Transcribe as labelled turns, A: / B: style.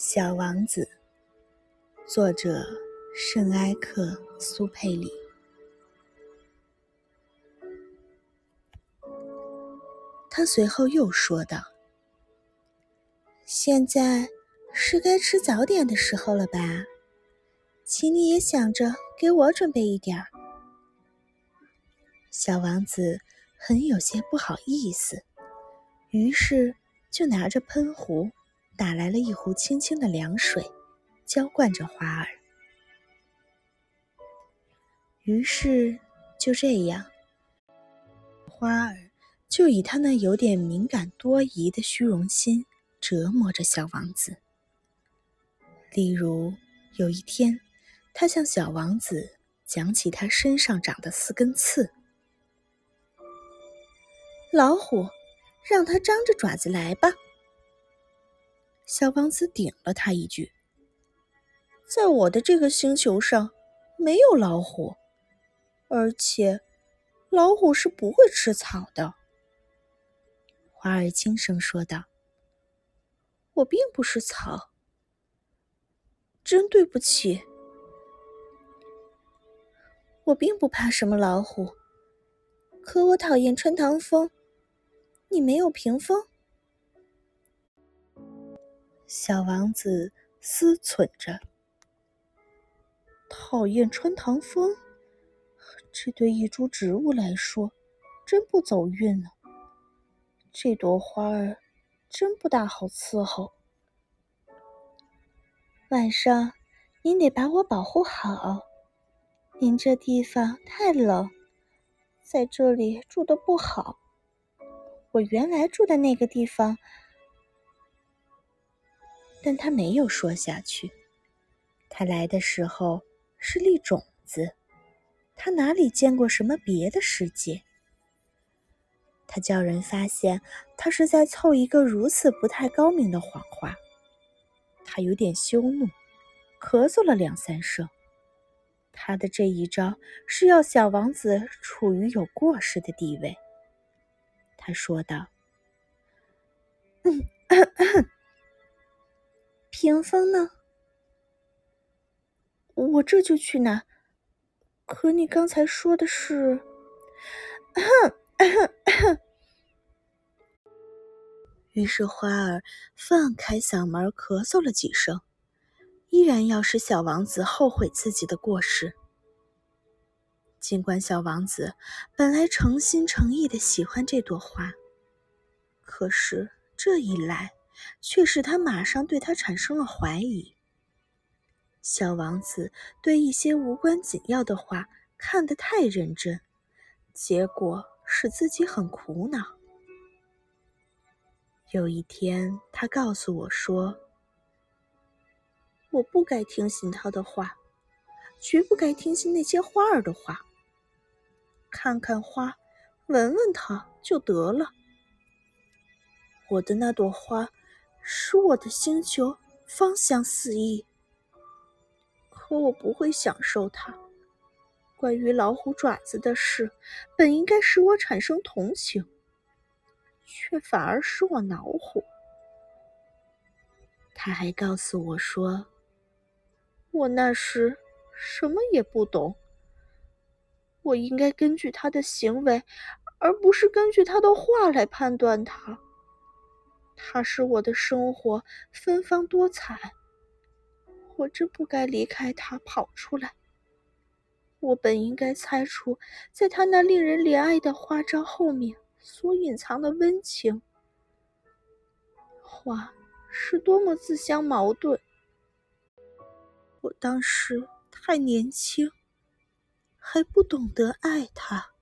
A: 小王子，作者圣埃克苏佩里。他随后又说道：现在是该吃早点的时候了吧？请你也想着给我准备一点儿。小王子很有些不好意思，于是就拿着喷壶打来了一壶清清的凉水，浇灌着花儿。于是就这样，花儿就以他那有点敏感多疑的虚荣心折磨着小王子。例如有一天，他向小王子讲起他身上长的4根刺。老虎，让它张着爪子来吧。小王子顶了他一句：在我的这个星球上没有老虎，而且老虎是不会吃草的。花儿轻声说道：我并不是草，真对不起。我并不怕什么老虎，可我讨厌穿堂风。你没有屏风？小王子思忖着，讨厌穿堂风，这对一株植物来说真不走运呢。这朵花儿真不大好伺候。晚上您得把我保护好，您这地方太冷，在这里住得不好。我原来住的那个地方……但他没有说下去。他来的时候是粒种子，他哪里见过什么别的世界？他叫人发现他是在凑一个如此不太高明的谎话。他有点羞怒，咳嗽了2、3声。他的这一招是要小王子处于有过失的地位。他说道：屏风呢？我这就去拿。可你刚才说的是……于是花儿放开嗓门咳嗽了几声，依然要使小王子后悔自己的过失。尽管小王子本来诚心诚意地喜欢这朵花，可是这一来却使他马上对它产生了怀疑。小王子对一些无关紧要的话看得太认真，结果使自己很苦恼。有一天，他告诉我说：我不该听信他的话，绝不该听信那些花儿的话。看看花，闻闻它就得了。我的那朵花使我的星球芳香四溢，可我不会享受它。关于老虎爪子的事，本应该使我产生同情，却反而使我恼火。他还告诉我说，我那时什么也不懂，我应该根据他的行为，而不是根据他的话来判断他。他使我的生活芬芳多彩，我真不该离开他跑出来。我本应该猜出，在他那令人怜爱的花招后面所隐藏的温情。花是多么自相矛盾。我当时太年轻，还不懂得爱他。